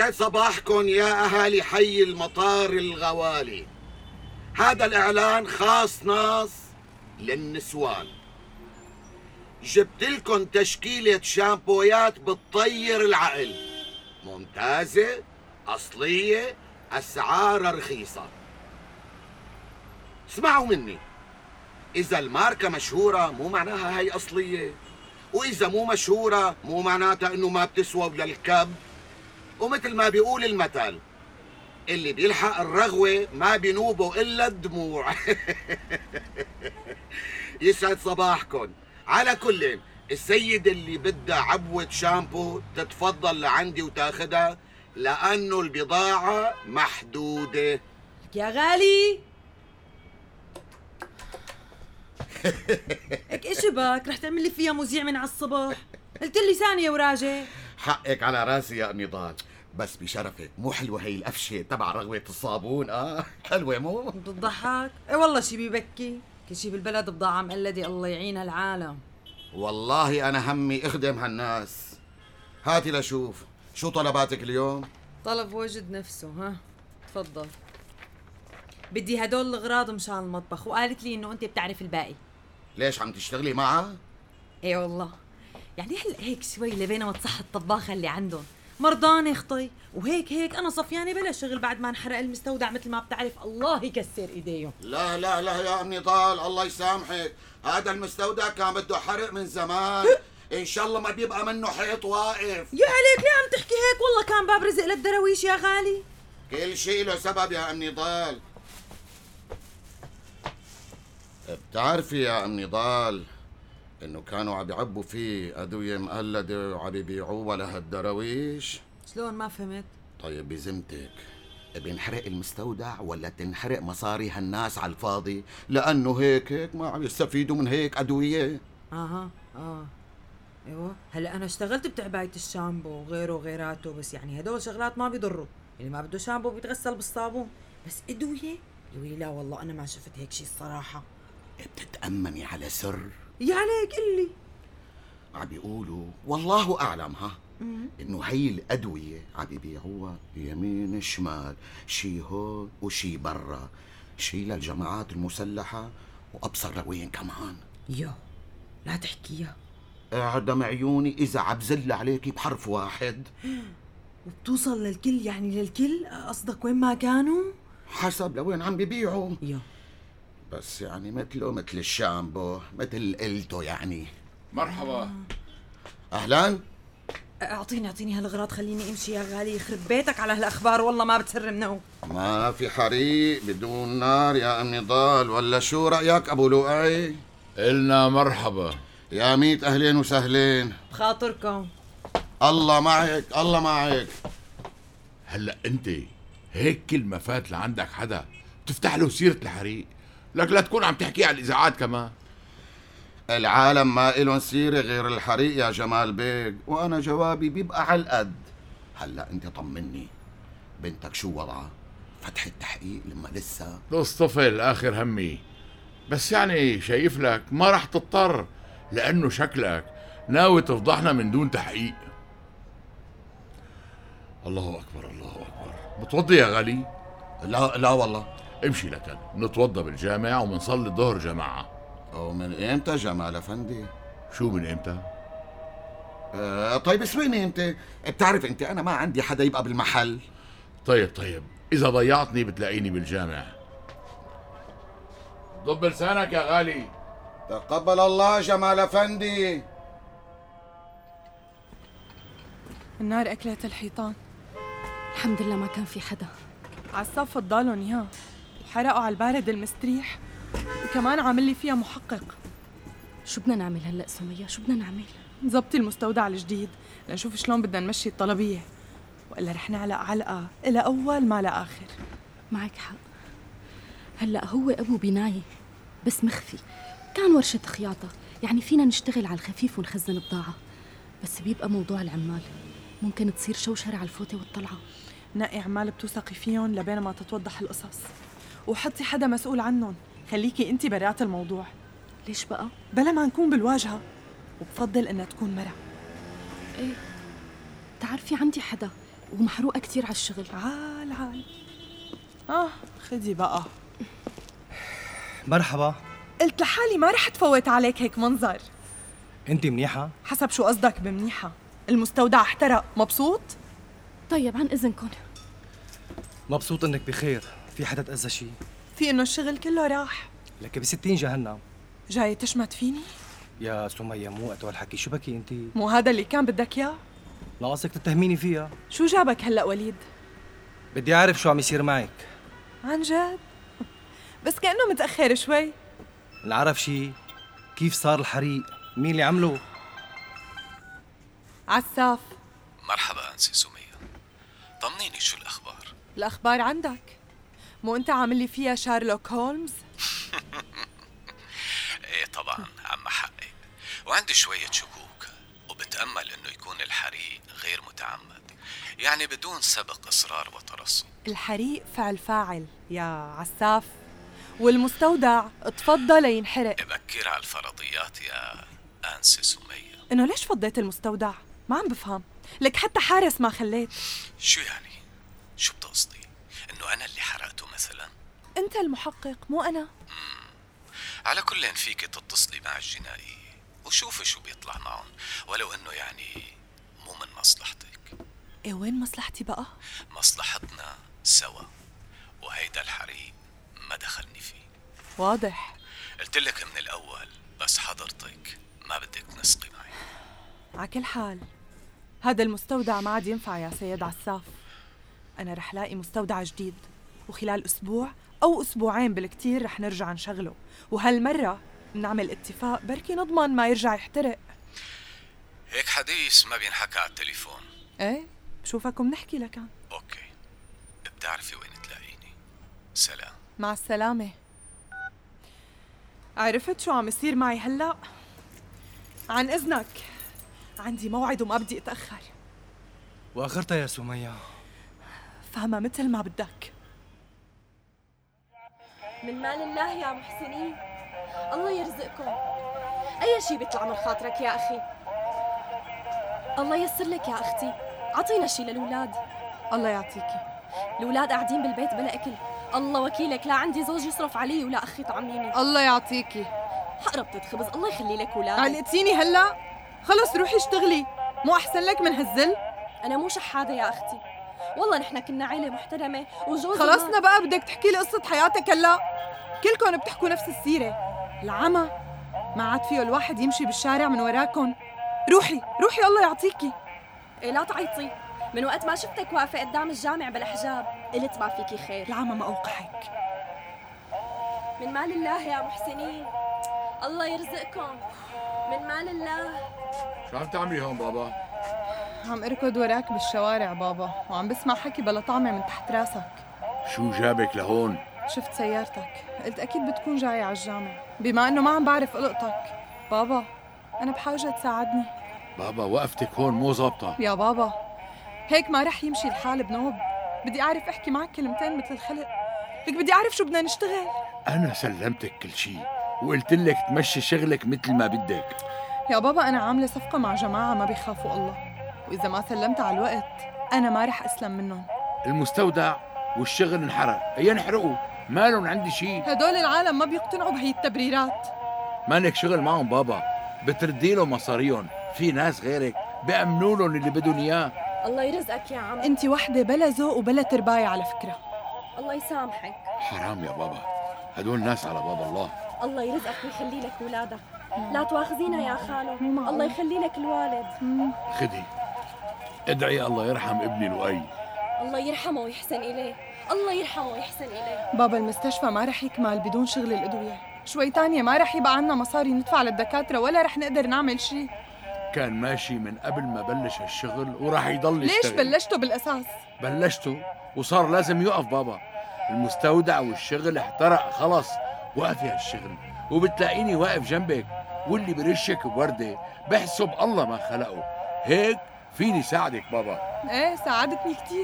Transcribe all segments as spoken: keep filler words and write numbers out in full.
يسعد صباحكم يا أهالي حي المطار الغوالي. هذا الإعلان خاص ناس للنسوان. جبت لكم تشكيلة شامبويات بتطير العقل، ممتازة، أصلية، أسعارها رخيصة. اسمعوا مني، إذا الماركة مشهورة مو معناها هي أصلية، وإذا مو مشهورة مو معناتها إنه ما بتسوى ولا الكب. ومثل ما بيقول المثل، اللي بيلحق الرغوة ما بينوبه إلا الدموع. يسعد صباحكم. على كل، السيد اللي بدها عبوة شامبو تتفضل لعندي وتاخدها، لأنه البضاعة محدودة. يا غالي هيك ايش بك؟ رح تعمل لي فيها مذيع من على الصبح؟ قلت لي ثانية وراجع. حقك على راسي يا نضال، بس بشرفك، مو حلوة هي القفشة تبع رغوة الصابون؟ اه حلوة مو؟ بتضحك؟ اي والله شي بيبكي، كل شي بالبلد بضاعة مقلدة، الله يعين العالم. والله أنا همي أخدم هالناس. هاتي لشوف، شو طلباتك اليوم؟ طلب وجد نفسه. ها تفضل. بدي هدول الأغراض مشان المطبخ، وقالت لي إنه أنت بتعرف الباقي. ليش عم تشتغلي معها؟ اي والله، يعني هلا هيك شوي لبينا ما تصح الطباخة اللي عندهم مرضانة اختي، وهيك هيك أنا صفيانة بلا شغل بعد ما انحرق المستودع مثل ما بتعرف، الله يكسر إيديهم. لا لا لا يا أم نضال، الله يسامحك، هذا المستودع كان بده حرق من زمان. إن شاء الله ما بيبقى منه حيط واقف. يا عليك ليه عم تحكي هيك؟ والله كان باب رزق للدراويش يا غالي. كل شيء له سبب يا أم نضال. بتعرفي يا أم نضال إنه كانوا عم يعبوا فيه أدوية مقلدة وعم يبيعوها لهالدراويش؟ شلون؟ ما فهمت. طيب بذمتك بينحرق المستودع ولا تنحرق مصاري هالناس على الفاضي؟ لأنه هيك هيك ما عم يستفيدوا من هيك أدوية. اها اه ايوه، هلا انا اشتغلت بتعباية الشامبو وغيره وغيراته، بس يعني هدول شغلات ما بيضروا، اللي ما بده شامبو بيتغسل بالصابون، بس ادوية يقولي لا والله انا ما شفت هيك شيء الصراحة. بتتأمني على سر؟ يا عليك قلي. عم بيقولوا والله أعلم ها إنه هي الأدوية عم يبيعوها يمين شمال، شي هون وشي برا، شي للجماعات المسلحة وأبصر لوين كمان. يو لا تحكيها. اعدم عيوني إذا عبزل عليكي بحرف واحد. وبتوصل للكل؟ يعني للكل قصدك وين ما كانوا؟ حسب لوين عم بيبيعوا. يو بس يعني مثله مثل الشامبو، مثل قلته يعني. مرحبا. أهلاً. اعطيني اعطيني هالغراض خليني امشي يا غالي، يخرب بيتك على هالاخبار والله ما بتسر منه. ما في حريق بدون نار يا أم نضال، ولا شو رأيك أبو لؤي؟ إلنا مرحبا. يا ميت أهلين وسهلين. بخاطركم. الله معك الله معك. هلا انت هيك كل ما فات لعندك حدا تفتح له سيرة الحريق، لك لا تكون عم تحكي على الإذاعات كمان. العالم ما إلهم سيرة غير الحريق يا جمال بيك، وأنا جوابي بيبقى على القد. هلا أنت طمني، بنتك شو وضعها؟ فتح التحقيق لما لسه؟ تصطفل آخر همي، بس يعني شايف لك ما رح تضطر، لأنه شكلك ناوي تفضحنا من دون تحقيق. الله أكبر الله أكبر. بتوضي يا غالي؟ لا لا والله. امشي لكن نتوضى بالجامع ومنصلي الظهر جماعة. ومن إمتى جمال أفندي؟ شو من إمتى؟ آه طيب اسمعني أنت، بتعرف أنت أنا ما عندي حدا يبقى بالمحل. طيب طيب إذا ضيعتني بتلاقيني بالجامع. ضب لسانك يا غالي. تقبل الله جمال أفندي. النار أكلت الحيطان. الحمد لله ما كان في حدا. عالصف فضالهم إياه وحرقوا على البارد المستريح، وكمان عامل لي فيها محقق. شو بدنا نعمل هلأ سمية؟ شو بدنا نعمل؟ نظبطي المستودع الجديد لنشوف شلون بدنا نمشي الطلبية، وإلا رح نعلق علقة إلى أول ما لآخر. معك حق. هلأ هو أبو بناية بس مخفي، كان ورشة خياطة، يعني فينا نشتغل على الخفيف ونخزن بضاعة، بس بيبقى موضوع العمال ممكن تصير شوشرة على الفوتة والطلعة. نقي عمال بتوثقي فيهم لبين ما تتوضح القصص، وحطي حدا مسؤول عنهم، خليكي انتي برات الموضوع. ليش بقى؟ بلا ما نكون بالواجهة، وبفضل انها تكون مرة. ايه، تعرفي عندي حدا ومحروقة كتير على الشغل. عال عال. آه خدي بقى. مرحبا. قلت لحالي ما رح تفوت عليك هيك منظر. انت منيحة؟ حسب شو قصدك بمنيحة. المستودع احترق، مبسوط؟ طيب عن إذنكم. مبسوط انك بخير. في حدا تأذى شي؟ في إنه الشغل كله راح. لك بستين جهنم. جاي تشمت فيني؟ يا سمية مو وقت هالحكي، شو بكي انت؟ مو هذا اللي كان بدك إياه؟ لا قصدك تتهميني فيها؟ شو جابك هلأ وليد؟ بدي أعرف شو عم يصير معك. عن جد؟ بس كأنه متأخر شوي. نعرف شي؟ كيف صار الحريق؟ مين اللي عمله؟ عساف. مرحبا أنسي سمية، طمنيني شو الأخبار؟ الأخبار عندك. مو أنت عامل لي فيها شارلوك هولمز؟ إيه طبعا عم حقق، وعندي شوية شكوك، وبتأمل إنه يكون الحريق غير متعمد، يعني بدون سبق إصرار وترصد. الحريق فعل فاعل يا عساف، والمستودع تفضل ينحرق. بكير على الفرضيات يا أنسي سمية. إنه ليش فضيت المستودع؟ ما عم بفهم. لك حتى حارس ما خليت. شو يعني؟ شو بتقصدي؟ إنه أنا اللي حرقته مثلا؟ أنت المحقق مو أنا. مم. على كل فيك تتصلي مع الجنائية وشوفي شو بيطلع معهم، ولو إنه يعني مو من مصلحتك. إيه وين مصلحتي بقى؟ مصلحتنا سوا، وهيدا الحريق ما دخلني فيه. واضح. قلت لك من الأول، بس حضرتك ما بدك تنسقي معي. على كل حال هذا المستودع ما عاد ينفع يا سيد عساف. أنا رح لاقي مستودع جديد، وخلال أسبوع أو أسبوعين بالكتير رح نرجع نشغله، وهالمرة نعمل اتفاق بركي نضمن ما يرجع يحترق. هيك حديث ما بينحكى على التليفون. ايه بشوفك ومنحكي لكان. اوكي، بتعرفي وين تلاقيني. سلام. مع السلامة. عرفت شو عم يصير معي هلأ؟ عن إذنك، عندي موعد وما بدي أتأخر. وآخرتها يا سمية. فهمها مثل ما بدك. من مال الله يا محسنين، الله يرزقكم. أي شي بيطلع من خاطرك يا أخي. الله ييسر لك يا أختي، عطينا شي للولاد. الله يعطيكي. الولاد قاعدين بالبيت بلا أكل، الله وكيلك لا عندي زوج يصرف علي ولا أخي طعميني. الله يعطيكي. حقربة خبز، الله يخلي لك ولادك. علقتيني هلأ؟ خلص روحي اشتغلي، مو أحسن لك من هالزل؟ أنا مو شحادة يا أختي، والله نحن كنا عيلة محترمة وجوزي. خلصنا بقى، بدك تحكي لي قصة حياتك هلأ؟ كلكم بتحكوا نفس السيرة. العمى ما عاد فيه الواحد يمشي بالشارع من وراكم. روحي روحي الله يعطيكي. إيه لا تعيطي، من وقت ما شفتك واقفة قدام الجامع بلا حجاب قلت ما فيكي خير. العمى ما أوقعك. من مال الله يا محسنين، الله يرزقكم. من مال الله. شو عم تعملي هون بابا؟ عم اركض وراك بالشوارع بابا، وعم بسمع حكي بلا طعمة من تحت راسك. شو جابك لهون؟ شفت سيارتك، قلت أكيد بتكون جاي على الجامع، بما إنه ما عم بعرف ألقطك. بابا أنا بحاجة تساعدني. بابا وقفتك هون مو ظابطة. يا بابا هيك ما رح يمشي الحال بنوب. بدي أعرف أحكي معك كلمتين مثل الخلق. لك بدي أعرف شو بدنا نشتغل. أنا سلمتك كل شيء وقلت لك تمشي شغلك مثل ما بدك. يا بابا أنا عاملة صفقة مع جماعة ما بيخافوا الله، وإذا ما سلمت على الوقت أنا ما رح أسلم منهم. المستودع والشغل انحرق، ينحرقوا مالهم عندي شيء. هدول العالم ما بيقتنعوا بهي التبريرات. مالك شغل معهم بابا، بتردي لهم مصاريهم. في ناس غيرك بيأمنوا لهم اللي بدهم إياه. الله يرزقك يا عم. أنت وحدة بلا ذوق وبلا ترباية على فكرة. الله يسامحك. حرام يا بابا، هدول ناس على باب الله. الله يرزقك ويخلي لك ولادك. لا تواخذينا يا خالو، الله, الله يخلي لك الوالد. خدي ادعي الله يرحم ابني لؤي. الله يرحمه ويحسن إليه، الله يرحمه ويحسن إليه. بابا المستشفى ما رح يكمل بدون شغل الأدوية. شوي تانية ما رح يبقى عنا مصاري ندفع للدكاترة ولا رح نقدر نعمل شيء. كان ماشي من قبل ما بلش هالشغل وراح يضل ليش يشتغل. بلشته بالأساس؟ بلشته وصار لازم يوقف بابا. المستودع والشغل احترق خلص، وقفي هالشغل وبتلاقيني واقف جنبك، واللي برشك بوردة بحسب الله ما خلقه. هيك فيني ساعدك بابا. ايه ساعدتني كتير.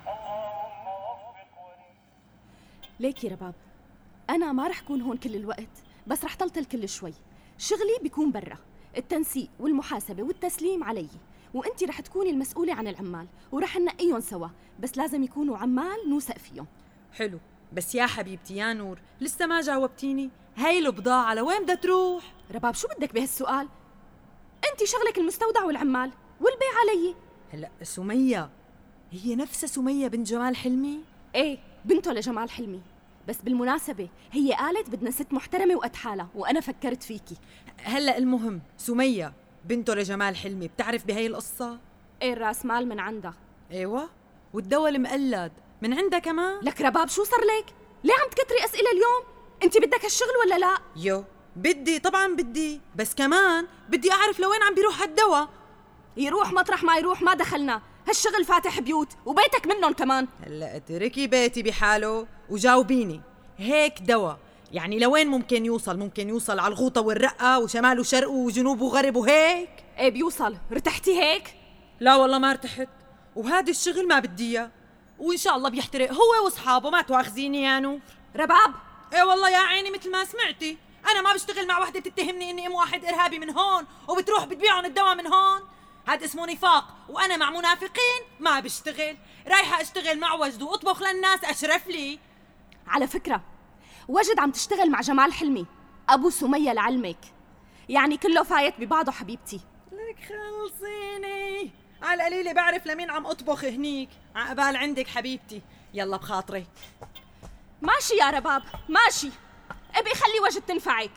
ليك يا رباب، أنا ما رح كون هون كل الوقت، بس رح طلتل كل شوي. شغلي بيكون برا، التنسيق والمحاسبة والتسليم علي، وانتي رح تكوني المسؤولة عن العمال ورح ننقيهم سوا، بس لازم يكونوا عمال نوثق فيهم. حلو، بس يا حبيبتي يا نور لسه ما جاوبتيني. هاي البضاعة لوين بدها تروح؟ رباب شو بدك بهالسؤال؟ انتي شغلك المستودع والعمال والبيع علي. هلا سمية هي نفسها سمية بنت جمال حلمي؟ ايه بنته لجمال حلمي، بس بالمناسبة هي قالت بدنا ست محترمة وقد حالها، وأنا فكرت فيكي. هلا المهم سمية بنته لجمال حلمي بتعرف بهي القصة؟ ايه الراس مال من عندها. ايوه، والدواء المقلد من عندها كمان. لك رباب شو صار لك؟ ليه عم تكتري أسئلة اليوم؟ انتي بدك هالشغل ولا لا؟ يو بدي طبعا بدي، بس كمان بدي أعرف لوين عم بيروح هالدواء. يروح مطرح ما يروح ما دخلنا، هالشغل فاتح بيوت وبيتك منهم كمان. هلا اتركي بيتي بحاله وجاوبيني، هيك دواء يعني لوين ممكن يوصل؟ ممكن يوصل على الغوطة والرقة وشمال وشرق وجنوب وغرب وهيك؟ ايه بيوصل. ارتحتي هيك؟ لا والله ما ارتحت، وهذا الشغل ما بدي اياه، وان شاء الله بيحترق هو واصحابه، ما تواخذيني يا نور. رباب ايه والله يا عيني مثل ما سمعتي، انا ما بشتغل مع وحده بتتهمني اني ام واحد ارهابي من هون وبتروح بتبيعهم الدواء من هون. هذا اسمه نفاق، وانا مع منافقين ما بشتغل. رايحه اشتغل مع وجد واطبخ للناس اشرف لي. على فكره وجد عم تشتغل مع جمال حلمي ابو سمية لعلمك، يعني كله فايت ببعضه حبيبتي. لك خلصيني على القليله، بعرف لمين عم اطبخ هنيك، عقبال عندك حبيبتي. يلا بخاطري. ماشي يا رباب ماشي، ابي خلي وجد تنفعك.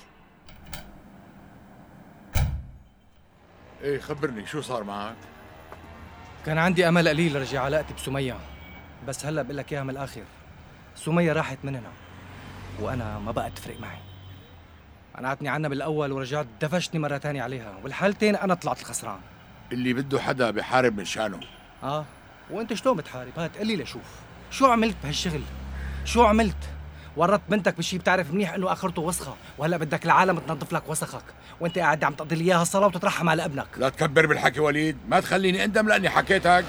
ايه خبرني شو صار معك؟ كان عندي امل قليل ارجع علاقتي بسمية، بس هلا بقول لك اياها من الاخر، سمية راحت مننا وانا ما بقى تفرق معي. منعتني عنها بالاول ورجعت دفشتني مره ثانيه عليها، والحالتين انا طلعت الخسران. اللي بده حدا بحارب من شانه. اه وانت شلون بتحارب؟ هات قلي لي شوف شو عملت بهالشغل؟ شو عملت؟ ورطت بنتك بشي بتعرف منيح انه اخرته وسخه، وهلا بدك العالم تنظف لك وسخك، وانت قاعد عم تقضي لي اياها الصلاه وتترحم على ابنك. لا تكبر بالحكي وليد، ما تخليني اندم لاني حكيتك.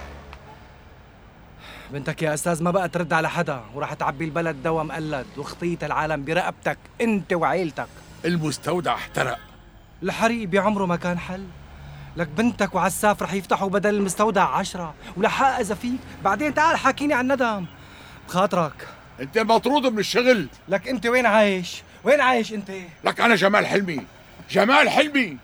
بنتك يا استاذ ما بقى ترد على حدا، وراح تعبي البلد دواء مقلد وخطية العالم برقبتك انت وعيلتك. المستودع احترق. الحريق بعمره ما كان حل. لك بنتك وعساف رح يفتحوا بدل المستودع عشرة، ولحق اذا فيك بعدين تعال حاكيني عن ندم بخاطرك. انت مطرود من الشغل. لك انت وين عايش؟ وين عايش انت؟ لك انا جمال حلمي، جمال حلمي.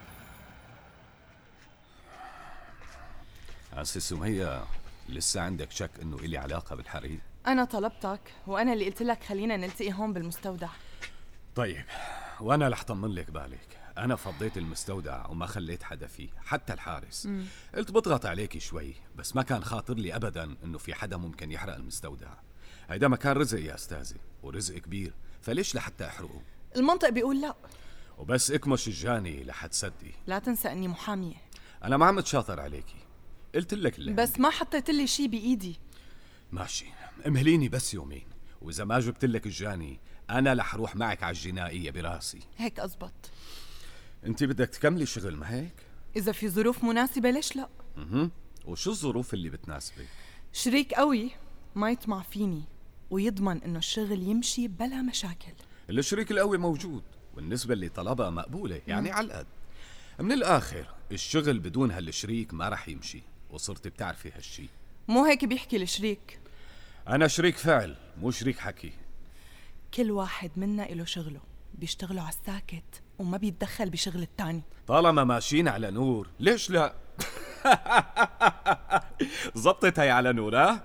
عسي سمية، لسه عندك شك انه إلي علاقة بالحريق؟ أنا طلبتك وأنا اللي قلت لك خلينا نلتقي هون بالمستودع. طيب وانا رح طمن لك بالك، انا فضيت المستودع وما خليت حدا فيه حتى الحارس. مم. قلت بضغط عليكي شوي، بس ما كان خاطر لي ابدا انه في حدا ممكن يحرق المستودع. هيدا مكان رزق يا استاذي، ورزق كبير، فليش لحتى احرقه؟ المنطق بيقول لا. وبس اكمش الجاني لحتصدي. لا تنسى اني محامية. انا ما عم اتشاطر عليكي، قلت لك اللي بس ما حطيت لي شيء بايدي. ماشي، امهليني بس يومين، واذا ما جبت لك الجاني انا رح روح معك على الجنائية براسي. هيك أزبط. انت بدك تكملي شغل ما هيك؟ اذا في ظروف مناسبة ليش لا؟ اها، وشو الظروف اللي بتناسبك؟ شريك قوي ما يطمع فيني ويضمن انه الشغل يمشي بلا مشاكل. الشريك القوي موجود، والنسبة اللي طلبها مقبولة، يعني على القد. من الآخر الشغل بدون هالشريك ما رح يمشي، وصرت بتعرفي هالشي. مو هيك بيحكي الشريك. أنا شريك فعل مو شريك حكي. كل واحد منا له شغله، بيشتغلوا على الساكت وما بيتدخل بشغل التاني. طالما ماشيين على نور ليش لا؟ زبطت هي على نور ها؟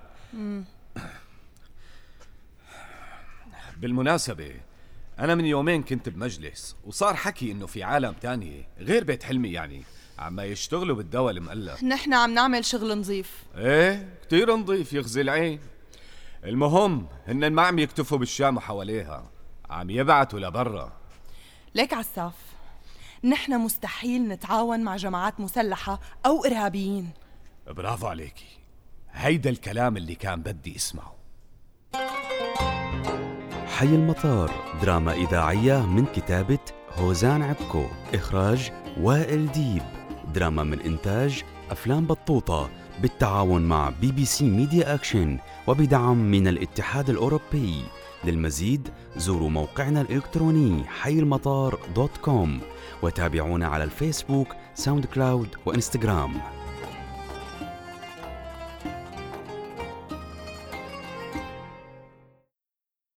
بالمناسبة أنا من يومين كنت بمجلس وصار حكي إنه في عالم تانية غير بيت حلمي يعني عم يشتغلوا بالدواء المقلب. نحن عم نعمل شغل نظيف. إيه كتير نظيف يخزي العين. المهم هن ما عم يكتفوا بالشام وحواليها، عم يبعتوا لبرا. ليك عساف، نحن مستحيل نتعاون مع جماعات مسلحة أو إرهابيين. برافو عليكي، هيدا الكلام اللي كان بدي اسمعه. حي المطار، دراما إذاعية من كتابة هوزان عبكو، إخراج وائل ديب، دراما من إنتاج أفلام بطوطة بالتعاون مع بي بي سي ميديا أكشن وبدعم من الاتحاد الأوروبي. للمزيد زوروا موقعنا الإلكتروني حي المطار دوت كوم، وتابعونا على الفيسبوك، ساوند كلاود وإنستغرام.